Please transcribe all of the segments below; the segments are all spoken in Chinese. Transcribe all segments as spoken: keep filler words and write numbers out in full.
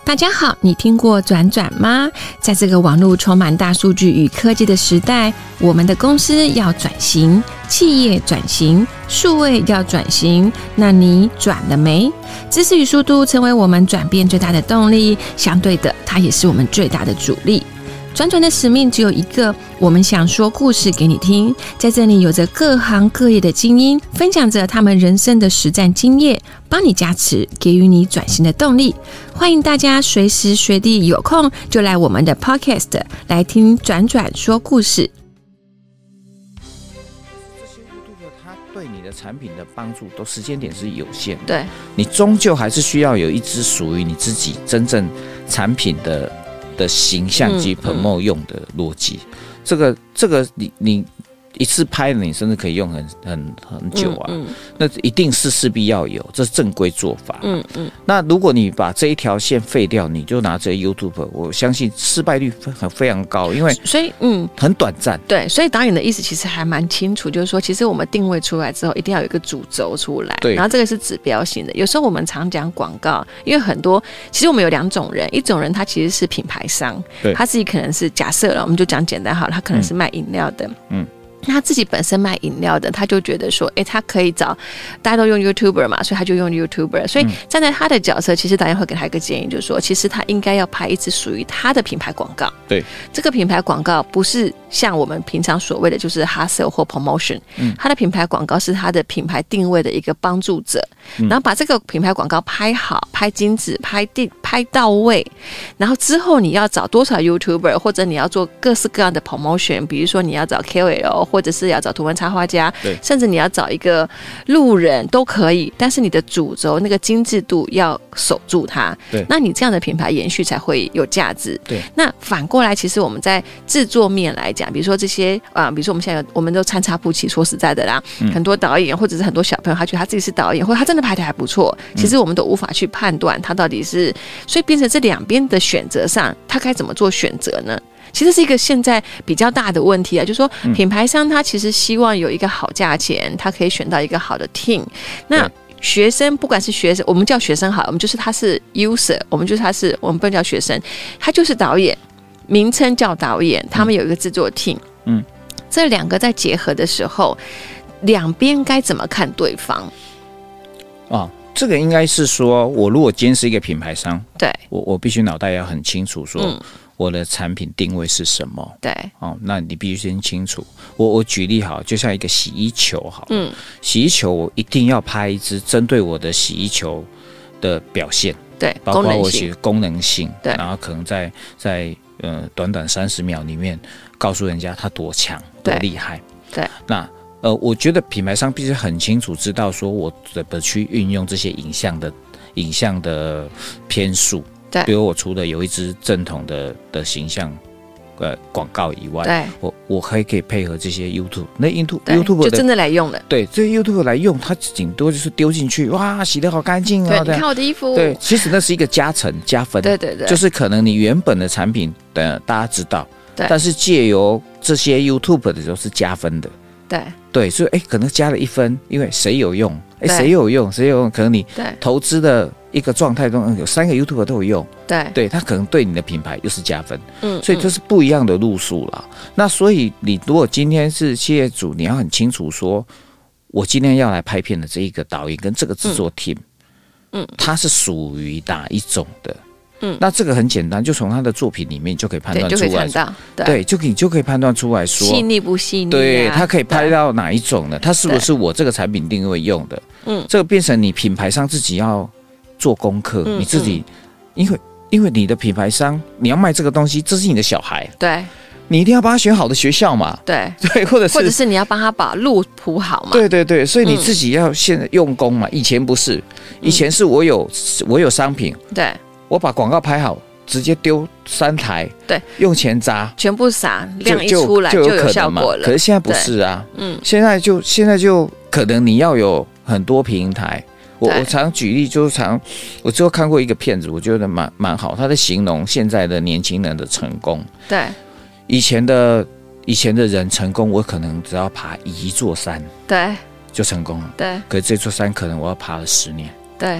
大家好，你听过转转吗？在这个网络充满大数据与科技的时代，我们的公司要转型，企业转型，数位要转型，那你转了没？知识与速度成为我们转变最大的动力，相对的，它也是我们最大的阻力。转转的使命只有一个，我们想说故事给你听。在这里有着各行各业的精英，分享着他们人生的实战经验，帮你加持，给予你转型的动力。欢迎大家随时随地有空就来我们的 podcast 来听转转说故事。 这些 YouTuber 它对你的产品的帮助都时间点是有限的， 对，你终究还是需要有一支属于你自己真正产品的的形象及 promote 用的逻辑、嗯嗯，这个这个你你一次拍了，你甚至可以用很很很久啊、嗯嗯，那一定是势必要有，这是正规做法。嗯嗯。那如果你把这一条线废掉，你就拿这 YouTube， 我相信失败率很非常高，因为所以嗯很短暂。 对，所以导演的意思其实还蛮清楚，就是说，其实我们定位出来之后，一定要有一个主轴出来，对，然后这个是指标性的。有时候我们常讲广告，因为很多其实我们有两种人，一种人他其实是品牌商，他自己可能是假设了，我们就讲简单好了，他可能是卖饮料的，嗯。嗯那他自己本身卖饮料的，他就觉得说，哎，他可以找大家都用 YouTuber 嘛，所以他就用 YouTuber。所以站在他的角色，其实导演会给他一个建议，就是说，其实他应该要拍一支属于他的品牌广告。 对， 这个品牌广告不是像我们平常所谓的就是 hustle 或 promotion，嗯，他的品牌广告是他的品牌定位的一个帮助者，嗯、然后把这个品牌广告拍好、拍精致、拍定、拍到位，然后之后你要找多少 YouTuber， 或者你要做各式各样的 promotion， 比如说你要找 K O L。或者是要找图文插画家，甚至你要找一个路人都可以，但是你的主轴那个精致度要守住它，对，那你这样的品牌延续才会有价值。对，那反过来，其实我们在制作面来讲，比如说这些啊、呃，比如说我们现在有我们都参差不齐，说实在的啦、嗯，很多导演或者是很多小朋友，他觉得他自己是导演，或者他真的拍得还不错，其实我们都无法去判断他到底是，所以变成这两边的选择上，他该怎么做选择呢？其实是一个现在比较大的问题啊，就是说品牌商他其实希望有一个好价钱，他可以选到一个好的 team。那学生不管是学生，我们叫学生好，我们就是他是 user， 我们就是他是我们不能叫学生，他就是导演，名称叫导演，他们有一个制作 team。嗯，这两个在结合的时候，两边该怎么看对方？ 啊，这个应该是说，我如果今天是一个品牌商， 对， 我我必须脑袋要很清楚说。嗯，我的产品定位是什么？对，哦，那你必须先清楚。我我举例好，就像一个洗衣球好，嗯，洗衣球我一定要拍一支针对我的洗衣球的表现，对，包括我写功能性，对，然后可能在在呃短短三十秒里面告诉人家它多强多厉害，对，那呃，我觉得品牌商必须很清楚知道说我怎么去运用这些影像的影像的篇数。比如我除了有一支正统的的形象呃广告以外，对，我我还可以配合这些 YouTube， 那 YouTube YouTube 就真的来用了， 对，这 YouTube 来用，它顶多就是丢进去，哇，洗得好干净啊！ 对，你看我的衣服， 对，其实那是一个加成加分，对对对，就是可能你原本的产品的大家知道，对，但是借由这些 YouTube 的时候是加分的，对对，所以哎，可能加了一分，因为谁有用，哎，谁有用，谁有用，可能你投资的。一个状态中有三个 YouTuber 都有用，对，对，他可能对你的品牌又是加分，嗯，所以这是不一样的路数啦。嗯、那所以你如果今天是企业主，你要很清楚说，我今天要来拍片的这一个导演跟这个制作 team， 嗯，他是属于哪一种的？嗯，那这个很简单，就从他的作品里面就可以判断出来，就可以看到，对，对就你就可以判断出来说细腻不细腻、啊， 对，他可以拍到哪一种的，他是不是我这个产品定位用的？嗯，这个变成你品牌商自己要。做功课，你自己，因为因为你的品牌商，你要卖这个东西，这是你的小孩，对，你一定要帮他选好的学校嘛，对对，或者是或者是你要帮他把路铺好嘛， 对对对，所以你自己要现在用功嘛，以前不是，以前是我有我有商品，对，我把广告拍好，直接丢三台，对，用钱砸， 全部撒，量一出来就有效果了。 可是现在不是啊，嗯，现在就现在就可能你要有很多平台。我我常举例，就是常我之后看过一个片子，我觉得蛮蛮好，他在形容现在的年轻人的成功。对，以前的以前的人成功，我可能只要爬一座山，对，就成功了。对，可是这座山可能我要爬了十年。对。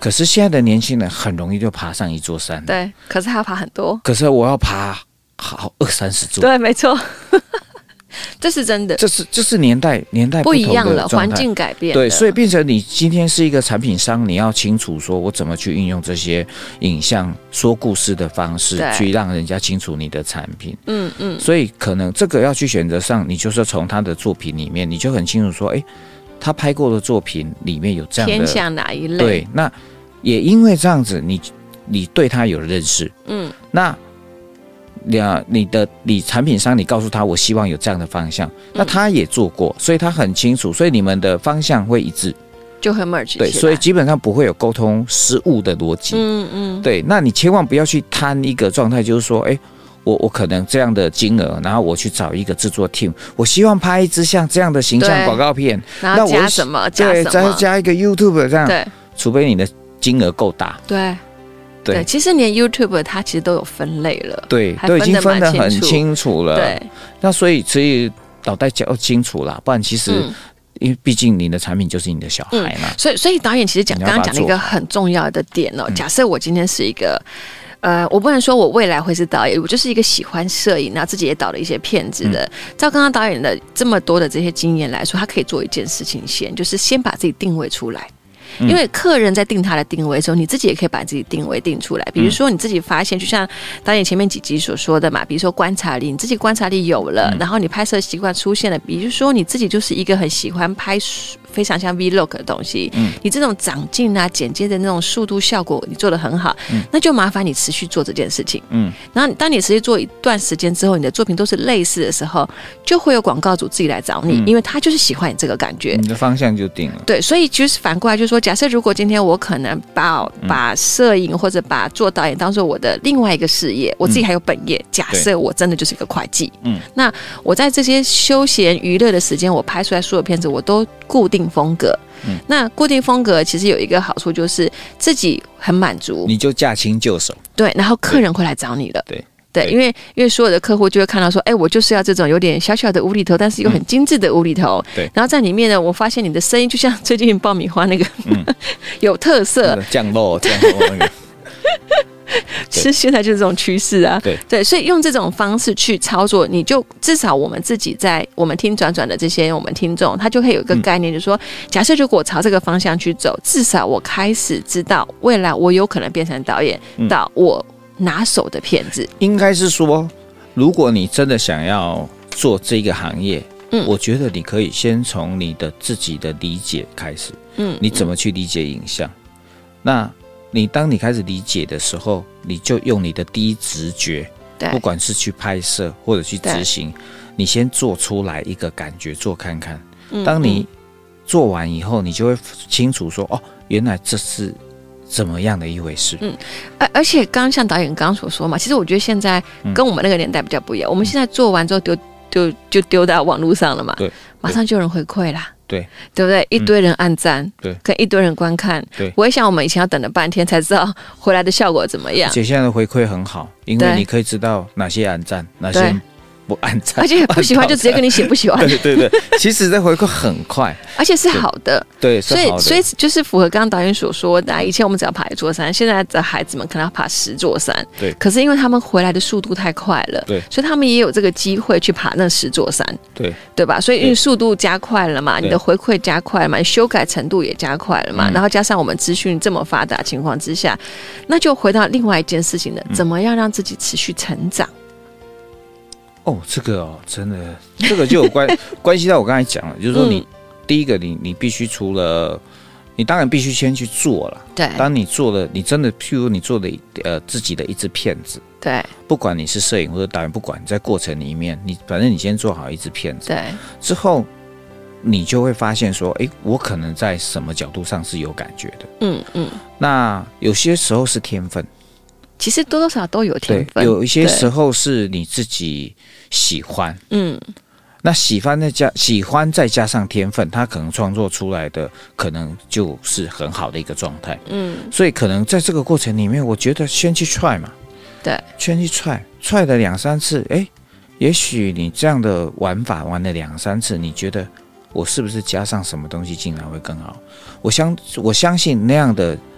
可是现在的年轻人很容易就爬上一座山， 对，可是他要爬很多， 可是我要爬好二三十座， 对，没错。这是真的， 这是这是年代年代 不, 不一样了，环境改变了， 对，所以变成你今天是一个产品商，你要清楚说我怎么去运用这些影像说故事的方式，去让人家清楚你的产品。嗯嗯，所以可能这个要去选择上，你就是从他的作品里面，你就很清楚说，哎，他拍过的作品里面有这样的偏向哪一类？ 对，那也因为这样子，你你对他有认识，嗯，那。你的你产品商，你告诉他我希望有这样的方向，那他也做过，所以他很清楚，所以你们的方向会一致， 就会 merge 起来。 对，所以基本上不会有沟通失误的逻辑。嗯嗯，对，那你千万不要去贪一个状态，就是说，哎，我我可能这样的金额，然后我去找一个制作 team， 我希望拍一支像这样的形象广告片， 然后加什么加什么， 对，再加一个 YouTube 这样，对，除非你的金额够大， 对。对，其实连 YouTube 它其实都有分类了， 对，都已经分得很清楚了。对，那所以所以脑袋要清楚啦，不然其实、嗯、因为毕竟你的产品就是你的小孩嘛。嗯、 所以所以导演其实讲刚刚讲了一个很重要的点哦。嗯、假设我今天是一个。呃，我不能说我未来会是导演，我就是一个喜欢摄影，然后自己也导了一些片子的。嗯、照刚刚导演的这么多的这些经验来说，他可以做一件事情先，就是先把自己定位出来。因为客人在定他的定位的时候，你自己也可以把自己定位定出来。比如说你自己发现，就像导演前面几集所说的嘛，比如说观察力，你自己观察力有了，然后你拍摄习惯出现了，比如说你自己就是一个很喜欢拍非常像 Vlog 的东西，嗯，你这种长进啊、剪接的那种速度效果，你做得很好，嗯，那就麻烦你持续做这件事情，嗯，然后当你持续做一段时间之后，你的作品都是类似的时候，就会有广告主自己来找你，嗯、因为他就是喜欢你这个感觉， 你的方向就定了。 对，所以就是反过来就是说，假设如果今天我可能把把摄影或者把做导演当做我的另外一个事业，我自己还有本业，假设我真的就是一个会计，嗯，那我在这些休闲娱乐的时间，我拍出来所有片子，我都固定风格，嗯，那固定风格其实有一个好处就是自己很满足， 你就驾轻就熟， 对，然后客人会来找你了， 对。 对，因为因为所有的客户就会看到说，哎，我就是要这种有点小小的无厘头，但是又很精致的无厘头。嗯、对，然后在里面呢，我发现你的声音就像最近爆米花那个，嗯、有特色， 降落降落那个。 是现在就是这种趋势啊， 对对，所以用这种方式去操作，你就至少我们自己在我们听转转的这些我们听众，他就会有一个概念，就是说，假设如果我朝这个方向去走，至少我开始知道未来我有可能变成导演，嗯、到我。拿手的片子， 应该是说，如果你真的想要做这个行业，嗯，我觉得你可以先从你的自己的理解开始，嗯，你怎么去理解影像？那你当你开始理解的时候，你就用你的第一直觉，对，不管是去拍摄或者去执行，你先做出来一个感觉，做看看。嗯、当你做完以后，你就会清楚说，哦，原来这是。怎么样的一回事？嗯， 而而且刚刚像导演刚刚所说嘛，其实我觉得现在跟我们那个年代比较不一样。嗯、我们现在做完之后丢丢就丢到网络上了嘛，对，马上就有人回馈啦， 对， 对不对？一堆人按赞， 对， 跟一堆人观看，对。我也想我们以前要等了半天才知道回来的效果怎么样， 而且现在的回馈很好，因为你可以知道哪些按赞，哪些。不按赞， 而且不喜欢就直接跟你写不喜欢。 对对对，其实这回馈很快， 而且是好的。 对， 所以所以就是符合刚刚导演所说的，以前我们只要爬一座山，现在的孩子们可能要爬十座山。 对， 可是因为他们回来的速度太快了， 对， 所以他们也有这个机会去爬那十座山。 对， 对吧？所以因为速度加快了嘛，你的回馈加快了嘛，修改程度也加快了嘛，然后加上我们资讯这么发达情况之下，那就回到另外一件事情了，怎么样让自己持续成长？ 哦，这个哦，真的，这个就有关关系到我刚才讲了，就是说你、嗯、第一个你，你你必须除了你当然必须先去做了， 对， 当你做了，你真的譬如你做的呃自己的一支片子， 对， 不管你是摄影或者导演，不管在过程里面，你反正你先做好一支片子， 对， 之后你就会发现说，哎，我可能在什么角度上是有感觉的，嗯嗯，那有些时候是天分。 其实多多少少都有天分， 有一些时候是你自己喜欢，嗯，那喜欢再加喜欢再加上天分，他可能创作出来的可能就是很好的一个状态，嗯，所以可能在这个过程里面，我觉得先去 try 嘛， 对， 先去 try try 了两三次，哎，也许你这样的玩法玩了两三次，你觉得我是不是加上什么东西进来会更好？我相我相信那样的。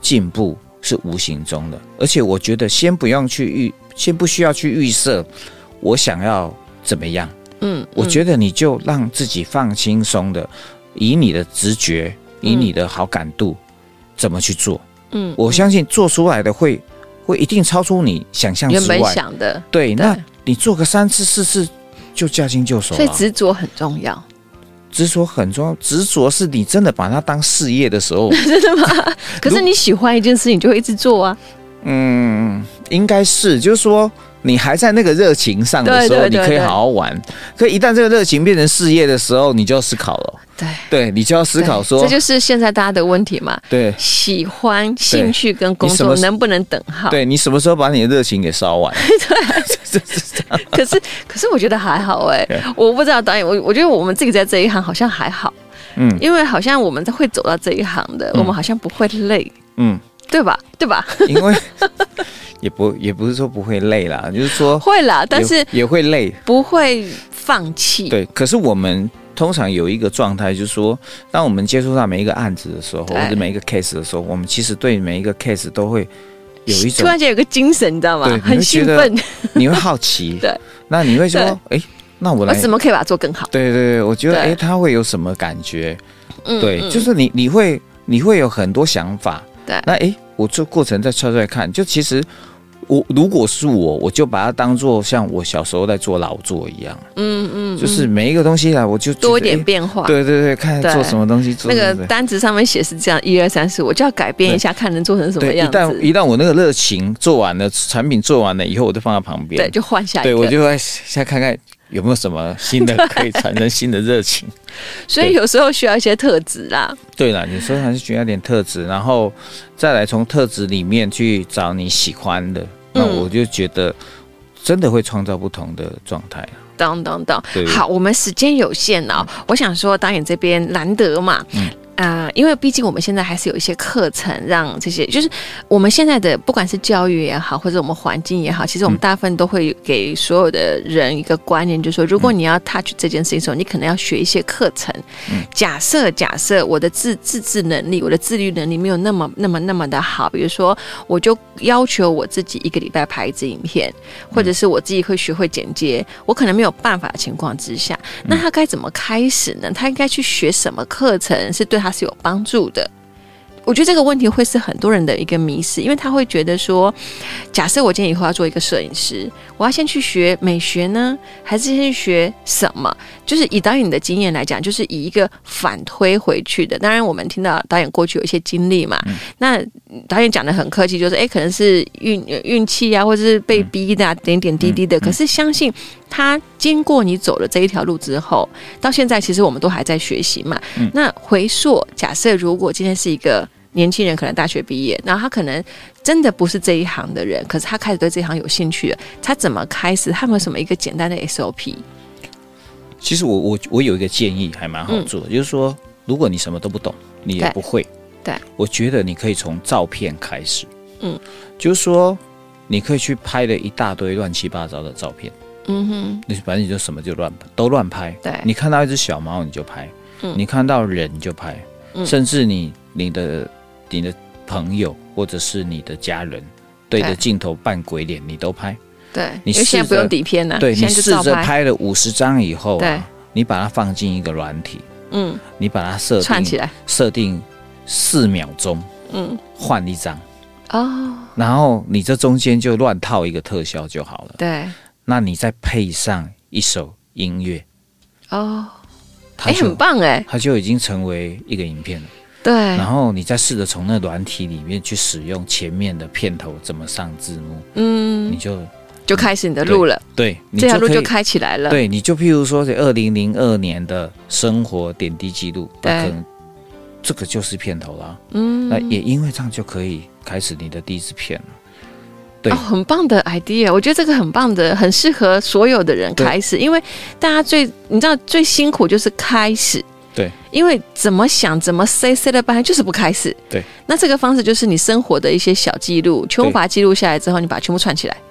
进步是无形中的，而且我觉得先不用去预，先不需要去预设我想要怎么样。嗯，我觉得你就让自己放轻松的，以你的直觉，以你的好感度，怎么去做？嗯，我相信做出来的会会一定超出你想象之外。 原本想的， 对，那你做个三次四次就驾轻就熟了。 所以执着很重要。 执着很重要，执着是你真的把它当事业的时候。 真的吗？可是你喜欢一件事情，就会一直做啊。 嗯，应该是，就是说你还在那个热情上的时候，你可以好好玩。可一旦这个热情变成事业的时候，你就要思考了。 对， 对你就要思考说， 这就是现在大家的问题嘛。 对， 喜欢、兴趣跟工作能不能等号？ 对，你什么时候把你的热情给烧完？ 对，是这样。可是，可是我觉得还好哎、欸，我不知道导演，我我觉得我们自己在这一行好像还好，嗯，因为好像我们会走到这一行的，嗯、我们好像不会累，嗯，对吧？对吧？ 因为也不也不是说不会累啦，就是说会啦，但是也, 也会累， 不会放弃。 对，可是我们通常有一个状态，就是说，当我们接触到每一个案子的时候，或者每一个 case 的时候，我们其实对每一个 case 都会有一种突然间有个精神，你知道吗？很兴奋， 你会好奇， 对， 那你会说，哎、欸，那我来， 我怎么可以把它做更好？ 对对对，我觉得，哎、欸，他会有什么感觉？嗯，对，嗯、就是你你会你会有很多想法， 对， 那哎、欸，我这过程再敲出来看，就其实。我如果是我，我就把它当作像我小时候在做劳作一样，嗯嗯，就是每一个东西来，我就多一点变化， 对对对，看做什么东西做。 那个单子上面写是这样，一二三四，我就要改变一下，看能做成什么样子。 一旦一旦我那个热情做完了，产品做完了以后，我就放在旁边， 对，就换下一个。 对，我就会现在看看有没有什么新的可以产生新的热情。 所以有时候需要一些特质啦。 对啦，有时候还是需要点特质，然后再来从特质里面去找你喜欢的。那我就觉得真的会创造不同的状态。 当当当，好，我们时间有限哦，嗯、我想说导演这边难得嘛。嗯呃，因为毕竟我们现在还是有一些课程，让这些就是我们现在的不管是教育也好，或者我们环境也好，其实我们大部分都会给所有的人一个观念，就是说，如果你要 touch 这件事情的时候，你可能要学一些课程。嗯、假设假设我的自自制能力，我的自律能力没有那么那么那么的好，比如说，我就要求我自己一个礼拜拍一支影片，或者是我自己会学会剪接，我可能没有办法的情况之下，那他该怎么开始呢？他应该去学什么课程是对他是有帮助的？我觉得这个问题会是很多人的一个迷思，因为他会觉得说，假设我今天以后要做一个摄影师，我要先去学美学呢，还是先去学什么？就是以导演的经验来讲，就是以一个反推回去的。当然，我们听到导演过去有一些经历嘛，嗯、那导演讲的很客气，就是哎，可能是运运气啊，或者是被逼的、啊、点点滴滴的。可是相信他经过你走了这一条路之后，到现在其实我们都还在学习嘛。嗯、那回溯，假设如果今天是一个年轻人，可能大学毕业，然后他可能真的不是这一行的人，可是他开始对这一行有兴趣了，他怎么开始？他有没有什么一个简单的 S O P？ 其实我我我有一个建议，还蛮好做的，嗯、就是说，如果你什么都不懂，你也不会， 对， 我觉得你可以从照片开始，嗯，就是说，你可以去拍了一大堆乱七八糟的照片，嗯哼，你反正你就什么就乱都乱拍， 对， 你看到一只小猫你就拍，嗯、你看到人你就拍，嗯、甚至你你的你的朋友或者是你的家人对着镜头扮鬼脸，你都拍。 对，你现在不用底片了， 对，你试着拍了五十张以后啊，你把它放进一个软体，嗯，你把它设定串起来， 设定四秒钟，嗯，换一张哦， 然后你这中间就乱套一个特效就好了， 对， 那你再配上一首音乐， 哦，哎，很棒哎， 它就已经成为一个影片了。 对， 然后你再试着从那软体里面去使用前面的片头怎么上字幕，嗯，你就就开始你的路了， 对，对这条路就开起来了。 对，你就譬如说，这二零零二年的生活点滴记录，可能这个就是片头啦。嗯，那也因为这样就可以开始你的第一支片了。对， 哦，很棒的 idea， 我觉得这个很棒的，很适合所有的人开始，因为大家最你知道最辛苦就是开始。 对， 因为怎么想怎么 say say 了半天就是不开始。 对， 那这个方式就是你生活的一些小记录，全部把它记录下来之后，你把它全部串起来。 对，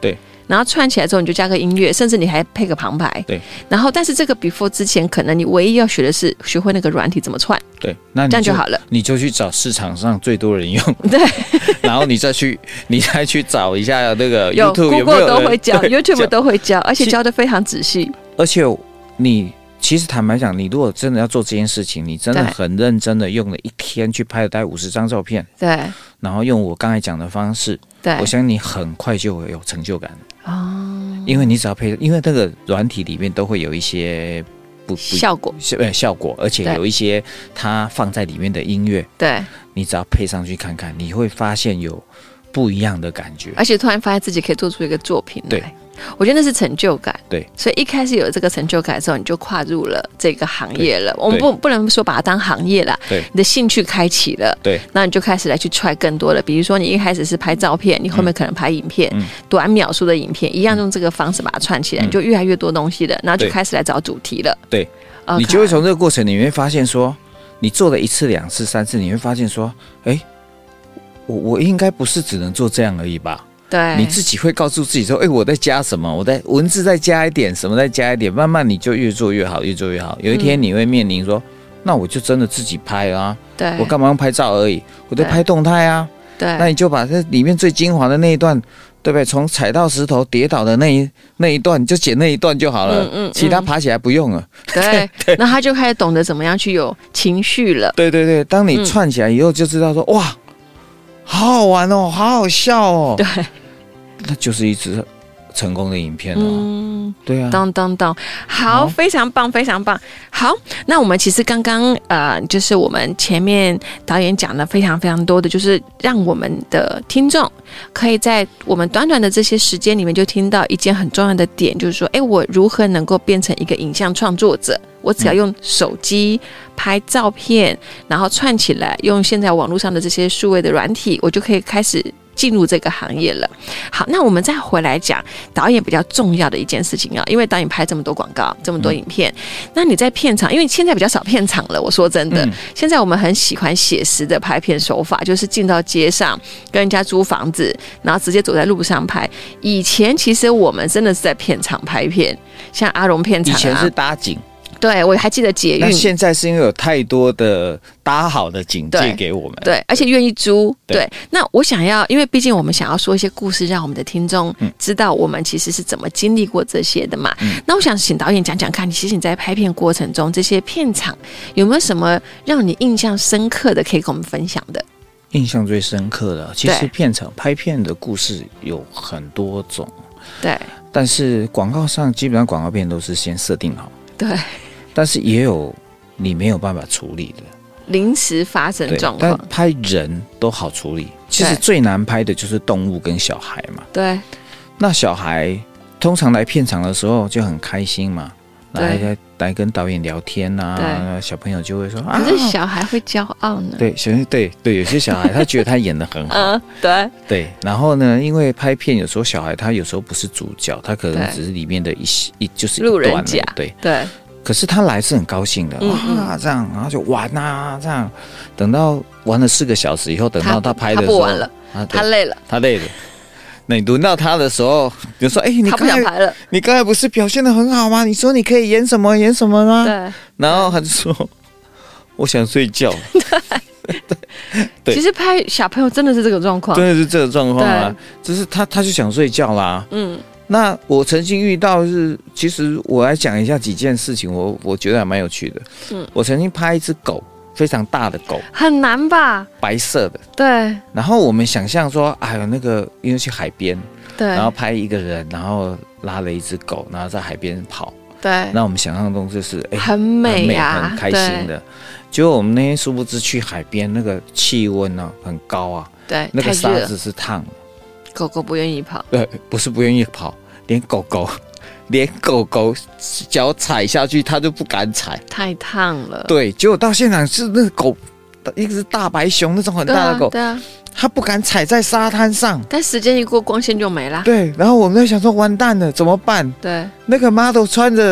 然后串起来之后你就加个音乐，甚至你还配个旁白。 对。 然后但是这个 before 之前，可能你唯一要学的是学会那个软体怎么串。 对，那你这样就好了。 你就去找市场上最多人用。 对。 然后你再去，你再去找一下那个 YouTube 有 Google 都会教 ，YouTube 都会教，而且教的非常仔细。 而且你其实坦白讲，你如果真的要做这件事情，你真的很认真的用了一天去拍了大概五十张照片， 对， 然后用我刚才讲的方式，对，我相信你很快就会有成就感哦。因为你只要配，因为那个软体里面都会有一些不不效果， 呃效果，而且有一些它放在里面的音乐， 对， 你只要配上去看看，你会发现有不一样的感觉， 而且突然发现自己可以做出一个作品来。对。我觉得那是成就感， 对， 所以一开始有这个成就感之后，你就跨入了这个行业了。我们不不能说把它当行业啦，对，你的兴趣开启了，对，那你就开始来去 try 更多的，比如说你一开始是拍照片，你后面可能拍影片，嗯、短秒数的影片，一样用这个方式把它串起来，嗯、你就越来越多东西了，然后就开始来找主题了， 对， okay. 你就会从这个过程，你会发现说，你做了一次、两次、三次，你会发现说，哎，我我应该不是只能做这样而已吧。 对， 你自己会告诉自己说：“哎、欸，我在加什么？我在文字再加一点，什么再加一点，慢慢你就越做越好，越做越好。有一天你会面临说，嗯、那我就真的自己拍啊，对，我干嘛用拍照而已？我在拍动态啊，对，那你就把这里面最精华的那一段，对不对？从踩到石头跌倒的那一那一段，你就剪那一段就好了，嗯嗯嗯，其他爬起来不用了。 对，对，那他就开始懂得怎么样去有情绪了。 对对对，当你串起来以后，就知道说，嗯、哇，好好玩哦，好好笑哦， 对。” 那就是一支成功的影片哦。嗯，对啊， 当当当，好，非常棒，非常棒。好，那我们其实刚刚呃，就是我们前面导演讲了非常非常多的，就是让我们的听众可以在我们短短的这些时间里面就听到一件很重要的点，就是说，哎，我如何能够变成一个影像创作者？我只要用手机拍照片，然后串起来，用现在网络上的这些数位的软体，我就可以开始进入这个行业了。好，那我们再回来讲导演比较重要的一件事情啊，因为导演拍这么多广告，这么多影片，嗯、那你在片场，因为现在比较少片场了，我说真的，嗯、现在我们很喜欢写实的拍片手法，就是进到街上跟人家租房子，然后直接走在路上拍。以前其实我们真的是在片场拍片，像阿荣片场、啊， 以前是搭景。 对，我还记得捷运。 那现在是因为有太多的搭好的景借给我们， 对，对而且愿意租。对，对那我想要，因为毕竟我们想要说一些故事，让我们的听众知道我们其实是怎么经历过这些的嘛。嗯、那我想请导演讲讲看，其实你在拍片过程中，这些片场有没有什么让你印象深刻的，可以跟我们分享的？ 印象最深刻的，其实片场拍片的故事有很多种， 对。 但是广告上基本上广告片都是先设定好， 对。 但是也有你没有办法处理的临时发生状况， 但拍人都好处理。其实最难拍的就是动物跟小孩嘛。对，那小孩通常来片场的时候就很开心嘛，来来跟导演聊天啊，小朋友就会说啊， 可是小孩会骄傲呢。 对，小对对，有些小孩他觉得他演得很好， 嗯，对对。然后呢，因为拍片有时候小孩他有时候不是主角，他可能只是里面的一一就是一段路人甲， 对对。 可是他来是很高兴的，哇、嗯，这样，然后就玩啊，这样，等到玩了四个小时以后，等到他拍的时候，他不玩了，啊、他累了， 他累了。那你轮到他的时候，你就说：“哎、欸，你刚才你刚才不是表现得很好吗？你说你可以演什么演什么吗？”对。然后他就说：“我想睡觉。” 对。对，其实拍小朋友真的是这个状况， 真的是这个状况啊，只是他他就想睡觉啦。嗯。那我曾经遇到是，其实我来讲一下几件事情，我我觉得还蛮有趣的。嗯，我曾经拍一只狗，非常大的狗， 很难吧？ 白色的， 对。 然后我们想象说，哎呦，那个因为去海边，对，然后拍一个人，然后拉了一只狗，然后在海边跑，对。那我们想象中就是，哎， 很美啊， 很开心的。结果我们那天殊不知去海边，那个气温呢、啊、很高啊， 对， 那个沙子是烫的。 狗狗不愿意跑， 对，不是不愿意跑，连狗狗，连狗狗脚踩下去，它就不敢踩， 太烫了。 对，结果到现场是那个狗，一只大白熊那种很大的狗， 对啊，对啊它不敢踩在沙滩上。 但时间一过，光线就没了。 对，然后我们在想说，完蛋了，怎么办？ 对， 那个 model 穿着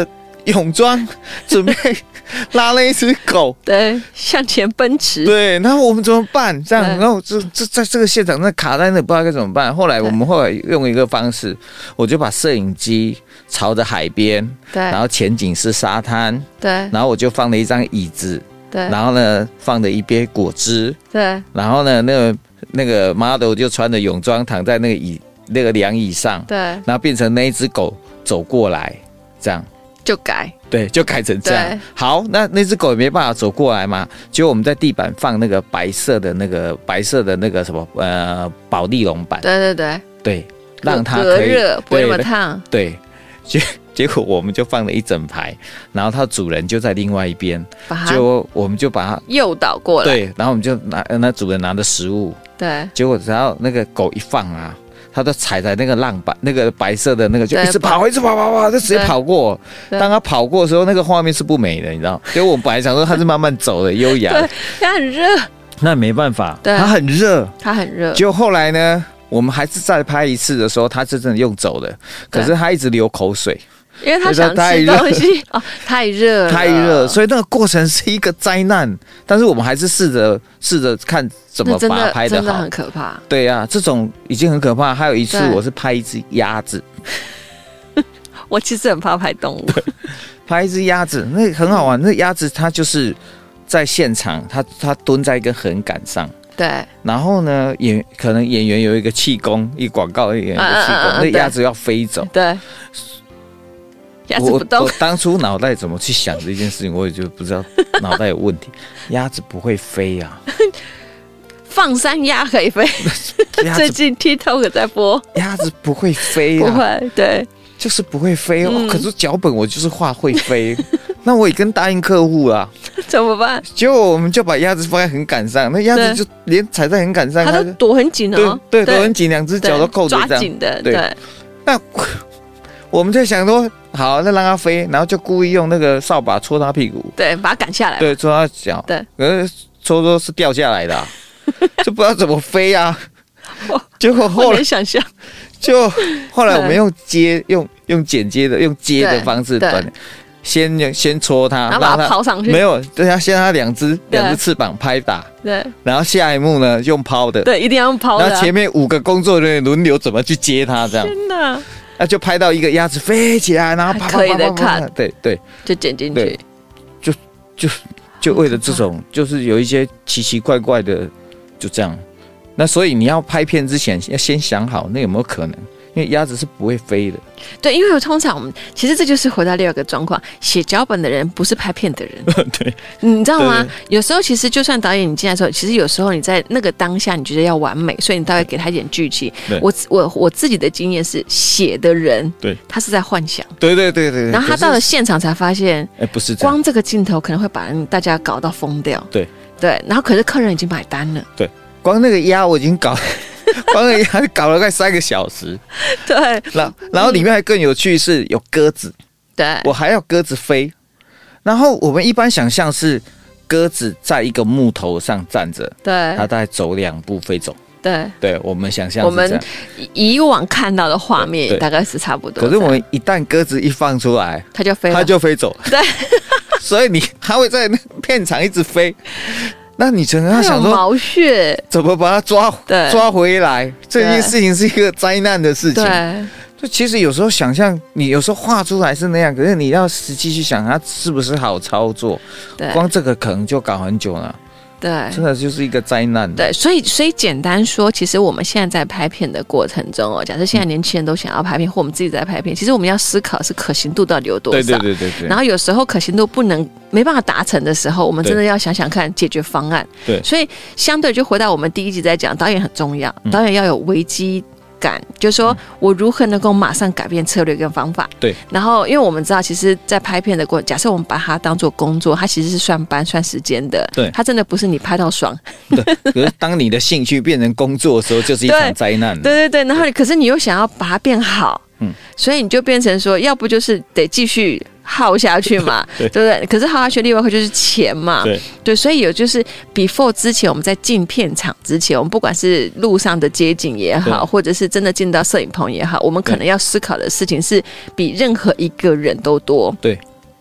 泳装准备拉了一只狗， 对，向前奔驰。 对，然后我们怎么办？这样，然后这这在这个现场那卡在那，不知道该怎么办。后来我们后来用一个方式，我就把摄影机朝着海边， 对， 然后前景是沙滩， 对， 然后我就放了一张椅子， 对， 然后呢放了一杯果汁， 对， 然后呢那个那个 model 就穿着泳装躺在那个椅那个凉椅上， 对， 然后变成那一只狗走过来，这样就改。 对，就改成这样。好，那那只狗也没办法走过来嘛，结果我们在地板放那个白色的那个白色的那个什么呃保丽龙板， 对对对对，让它隔可以热不会那么烫。 对，结结果我们就放了一整排，然后它主人就在另外一边，结果我们就把它诱导过来， 对，然后我们就拿那主人拿着食物， 对， 结果只要那个狗一放啊。他都踩在那个浪板，那个白色的那个，就一直跑，一直跑，跑跑，就直接跑过。当他跑过的时候，那个画面是不美的，你知道？所以我本来想说他是慢慢走的，优雅。 对，他很热。 那没办法，他很热， 他很热。 结果后来呢，我们还是再拍一次的时候，他是真的用走的，可是他一直流口水。 因为他想吃东西哦，太热了， 太热，所以那个过程是一个灾难。但是我们还是试着试着看怎么把它拍得好， 真的很可怕。 对呀、啊，这种已经很可怕。还有一次，我是拍一只鸭子， 我其实很怕拍动物， 拍一只鸭子，那很好玩。那鸭子它就是在现场，它它蹲在一根横杆上。 对， 然后呢，演可能演员有一个气功，一广告演员有一个气功，啊啊啊那鸭子要飞走。 对。鸭子不动。 我, 我当初脑袋怎么去想这件事情，我也就不知道脑袋有问题。鸭子不会飞啊， 放山鸭可以飞。最近 TikTok 在播， 鸭子不会飞啊， 不会，对， 就是不会飞、嗯哦。可是脚本我就是画会飞，那我也跟答应客户啊， 怎么办？ 结果我们就把鸭子放在横杆上，那鸭子就连踩在横杆上， 它都躲很紧哦， 对，对，躲很紧，两只脚都扣着， 抓紧的，对。对那我们在想说，好，那让它飞，然后就故意用那个扫把戳它屁股， 对，把它赶下来， 对，戳它脚， 对， 可是戳戳是掉下来的、啊，就不知道怎么飞啊。结果后来想象， 就后来我们用接用用剪接的用接的方式，先先戳它， 然后把它抛上去， 没有，对，它先让它两只两只翅膀拍打， 对， 然后下一幕呢用抛的， 对，一定要用抛的、啊， 然后前面五个工作人员轮流怎么去接它，这样， 天哪！ 那就拍到一个鸭子飞起来，然后啪啪啪啪啪啪，对对， 就剪进去， 就就就为了这种，就是有一些奇奇怪怪的，就这样。那所以你要拍片之前要先想好，那有没有可能？因为鸭子是不会飞的。 对，因为通常我们其实这就是回到另外一个状况，写脚本的人不是拍片的人。 对， 你知道吗？有时候其实就算导演你进来的时候，其实有时候你在那个当下你觉得要完美，所以你大概给他一点剧情。我我我自己的经验是，写的人对他是在幻想。 对对对 对, 对。 然后他到了现场才发现， 哎，不是这样，光这个镜头可能会把大家搞到疯掉。 对对，然后可是客人已经买单了。 对，光那个鸭我已经搞。光那鸭搞了快三个小时， 对， 然然后里面还更有趣是有鸽子， 对， 我还要鸽子飞，然后我们一般想象是鸽子在一个木头上站着， 对， 它大概走两步飞走， 对， 对，我们想象我们以往看到的画面大概是差不多， 可是我们一旦鸽子一放出来， 它就飞了， 它就飞走， 对， 所以你它会在那片场一直飞。那你可能要想说毛屑怎么把它抓抓回来？这件事情是一个灾难的事情。 对， 就其实有时候想象，你有时候画出来是那样，可是你要实际去想它是不是好操作。对，光这个可能就搞很久了。 对， 真的就是一个灾难。 对，所以所以简单说，其实我们现在在拍片的过程中哦，假设现在年轻人都想要拍片，嗯、或我们自己在拍片，其实我们要思考是可行度到底有多少。 对对对对对。 然后有时候可行度不能没办法达成的时候，我们真的要想想看解决方案。 对。 所以相对就回到我们第一集在讲，导演很重要，导演要有危机感，就是说我如何能够马上改变策略跟方法。 对。 然后，因为我们知道，其实，在拍片的过程，假设我们把它当做工作，它其实是算班算时间的。 对。 它真的不是你拍到爽。 对。可是当你的兴趣变成工作的时候，就是一场灾难。 对对对。然后，可是你又想要把它变好，嗯，所以你就变成说，要不就是得继续耗下去嘛，对, 对不对？可是耗下去另外一个就是钱嘛， 对对，所以有就是 before 之前我们在进片场之前，我们不管是路上的街景也好，或者是真的进到摄影棚也好，我们可能要思考的事情是比任何一个人都多。 对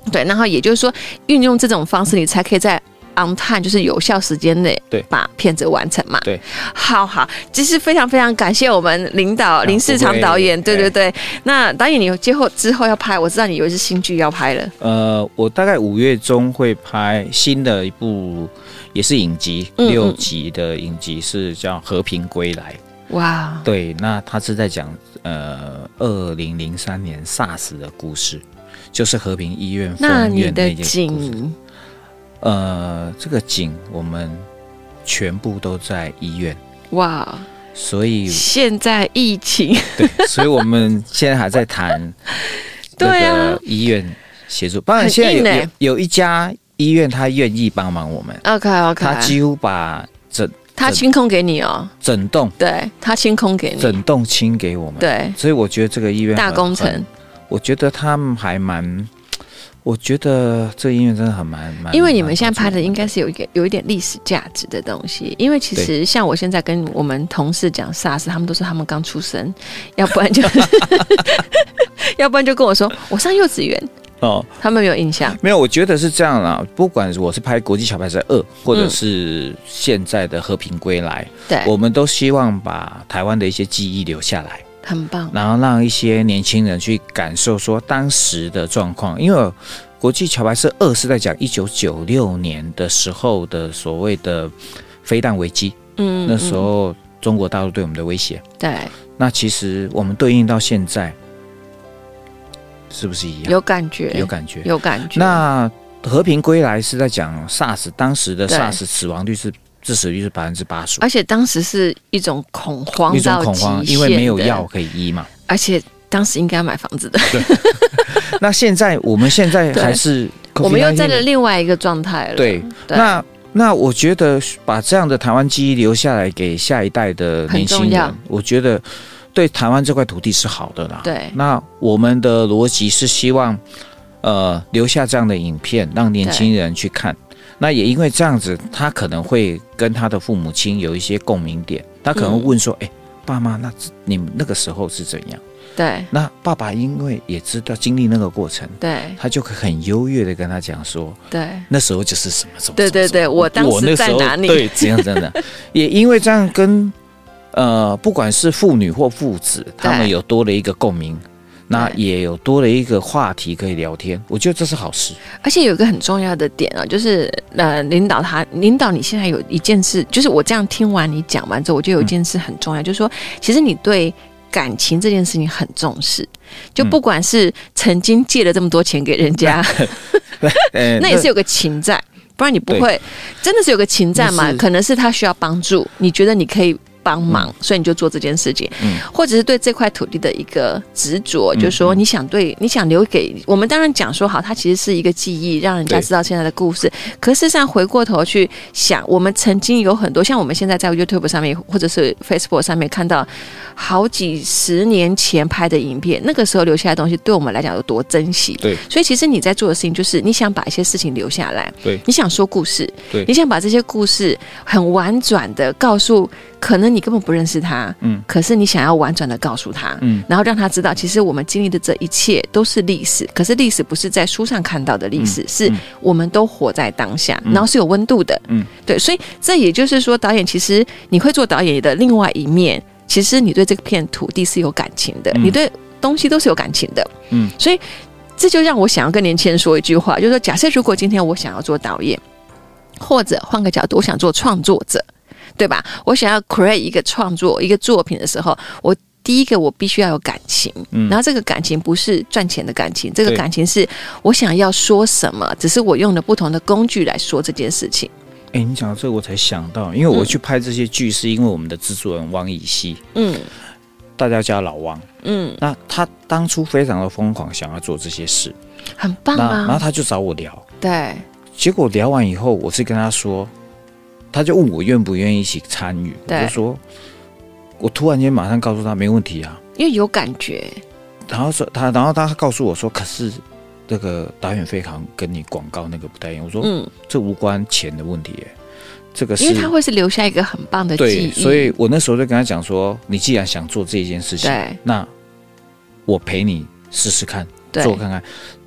对，然后也就是说，运用这种方式，你才可以在on time， 就是有效时间内把片子完成嘛。 对， 好好，其实非常非常感谢我们领导林世常导演，对对对。那导演，你接后之后要拍，我知道你有一支新剧要拍了。 呃，我大概五月中会拍新的一部，也是影集，嗯嗯六集的影集，是叫《和平归来》。 哇， 对，那他是在讲呃二零零三年 SARS 的故事。就是和平医院封院那件故事。那你的景，呃，这个景我们全部都在医院。哇！所以现在疫情， 对，所以我们现在还在谈这个医院协助。当然，现在 有, 有, 有一家医院他愿意帮忙我们。 OK OK， 他几乎把整他清空给你哦， 整栋， 对他清空给你， 整栋清给我们。对，所以我觉得这个医院大工程。 我觉得他们还蛮，我觉得这医院真的很蛮蛮。 因为你们现在拍的应该是有一个有一点历史价值的东西。因为其实像我现在跟我们同事讲 SARS， 他们都说他们刚出生，要不然就要不然就跟我说我上幼稚园哦，他们没有印象。 没有，我觉得是这样啦。不管我是拍《国际桥牌社二》，或者是现在的《和平归来》，对、嗯，我们都希望把台湾的一些记忆留下来。 很棒， 然后让一些年轻人去感受说当时的状况，因为国际桥牌社二是在讲一九九六年的时候的所谓的飞弹危机，嗯，那时候中国大陆对我们的威胁， 对， 那其实我们对应到现在是不是一样？ 有感觉， 有感觉， 有感觉。 那和平归来是在讲 SARS， 当时的 SARS 死亡率是。致死率是百分之八十五， 而且当时是一种恐慌， 一种恐慌，因为没有药可以医嘛。 而且当时应该要买房子的。 对。那现在我们现在还是， 我们又在了另外一个状态了。 对，对那那我觉得把这样的台湾记忆留下来给下一代的年轻人，我觉得对台湾这块土地是好的啦。 对。 那我们的逻辑是希望，呃，留下这样的影片，让年轻人去看。那也因为这样子，他可能会跟他的父母亲有一些共鸣点，他可能会问说：“哎、嗯欸，爸妈，那你们那个时候是怎样？” 对。 那爸爸因为也知道经历那个过程， 对， 他就很优越的跟他讲说：“对，那时候就是什么什么。” 对对对，我当时在哪里？ 对，怎样怎样。也因为这样跟呃，不管是父女或父子，他们有多了一个共鸣。那也有多了一个话题可以聊天，我觉得这是好事。 而且有一个很重要的点啊，就是呃，领导他领导你现在有一件事，就是我这样听完你讲完之后，我觉得有一件事很重要，嗯、就是说，其实你对感情这件事情很重视，就不管是曾经借了这么多钱给人家，嗯、那也是有个情在，不然你不会真的是有个情在嘛？可能是他需要帮助，你觉得你可以帮忙，所以你就做这件事情，嗯，或者是对这块土地的一个执着，嗯、就是说你想对，你想留给我们。当然讲说好，它其实是一个记忆，让人家知道现在的故事。可事实上，回过头去想，我们曾经有很多，像我们现在在 YouTube 上面或者是 Facebook 上面看到好几十年前拍的影片，那个时候留下来的东西，对我们来讲有多珍惜。 对， 所以其实你在做的事情，就是你想把一些事情留下来， 对， 你想说故事， 对， 你想把这些故事很婉转的告诉。可能你根本不认识他，嗯，可是你想要婉转的告诉他，嗯，然后让他知道，其实我们经历的这一切都是历史。可是历史不是在书上看到的历史，嗯、是我们都活在当下，嗯、然后是有温度的，嗯，对。所以这也就是说，导演其实你会做导演的另外一面，其实你对这片土地是有感情的，嗯、你对东西都是有感情的，嗯。所以这就让我想要跟年轻人说一句话，就是说，假设如果今天我想要做导演，或者换个角度，我想做创作者。对吧？我想要 create 一个创作一个作品的时候，我第一个我必须要有感情，嗯、然后这个感情不是赚钱的感情，这个感情是我想要说什么，只是我用了不同的工具来说这件事情。 哎，你讲到这个我才想到，因为我去拍这些剧是因为我们的制作人王以希，嗯，大家叫老王，嗯，那他当初非常的疯狂，想要做这些事， 很棒啊， 然后他就找我聊， 对， 结果聊完以后，我是跟他说。他就问我愿不愿意一起参与，我就说，我突然间马上告诉他没问题啊， 因为有感觉。 然后说他，然后他告诉我说，可是这个导演费好像跟你广告那个不太一样。我说，嗯，这无关钱的问题耶，这个是因为他会是留下一个很棒的记忆。 对，所以我那时候就跟他讲说，你既然想做这件事情，那我陪你试试看，做看看。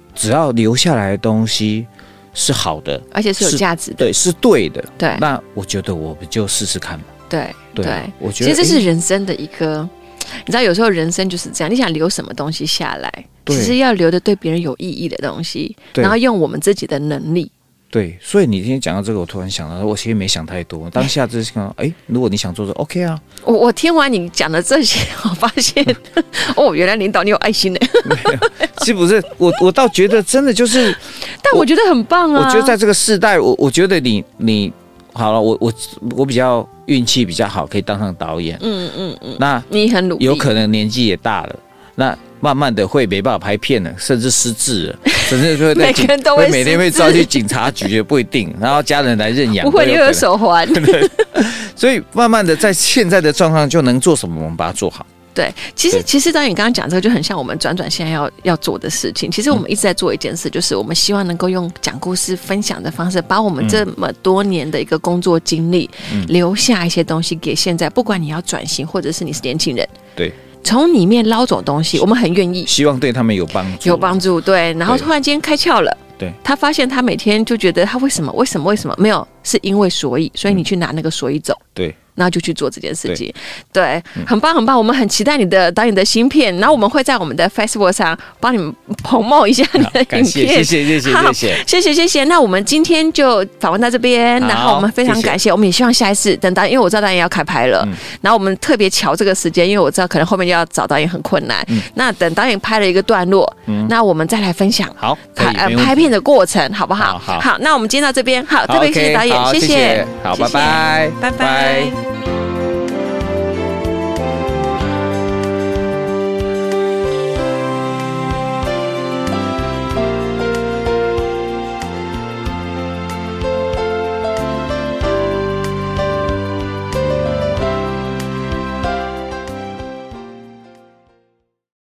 只要留下来的东西是好的， 而且是有价值的， 对，是对的， 对， 那我觉得我们就试试看嘛。 对对, 对， 我觉得其实这是人生的一个，你知道，有时候人生就是这样，你想留什么东西下来，其实要留的对别人有意义的东西，然后用我们自己的能力。 对，所以你今天讲到这个，我突然想到，我其实没想太多，当下只是想，哎，如果你想做这 ，OK 啊。 我我听完你讲的这些，我发现，哦，原来领导你有爱心的。 其实不是，我我倒觉得真的就是， 但我觉得很棒啊。 我觉得在这个世代，我我觉得你你好了，我我我比较运气比较好，可以当上导演。嗯嗯嗯。那你很努力， 有可能年纪也大了，那。慢慢的会没办法拍片了，甚至失智了，甚至会在每个人都会每天会抓去警察局，也不一定。然后家人来认养， 不会，你又有手环。 所以慢慢的在现在的状况就能做什么，我们把它做好。 对，其实其实导演刚刚讲这个就很像我们转转现在要要做的事情。其实我们一直在做一件事，就是我们希望能够用讲故事分享的方式，把我们这么多年的一个工作经历，嗯、留下一些东西给现在，不管你要转型，或者是你是年轻人， 对。 从里面捞走东西，我们很愿意， 希望对他们有帮助， 有帮助。对，然后突然间开窍了， 对， 他发现他每天就觉得他为什么为什么为什么没有，是因为所以，所以你去拿那个所以走， 对。 然后就去做这件事情，对，对嗯、很棒很棒，我们很期待你的导演的新片，然后我们会在我们的 Facebook 上帮你们 promote 一下你的影片， 谢谢谢谢谢谢谢谢谢谢谢。那我们今天就访问到这边，然后我们非常感谢，谢谢我们也希望下一次等导演，因为我知道导演要开拍了，嗯、然后我们特别瞧这个时间，因为我知道可能后面要找导演很困难，嗯、那等导演拍了一个段落，嗯、那我们再来分享好拍呃拍片的过程，好不好？ 好，好， 好，那我们今天到这边，好，特别谢谢导演， 谢谢谢， 好，拜拜， 拜拜。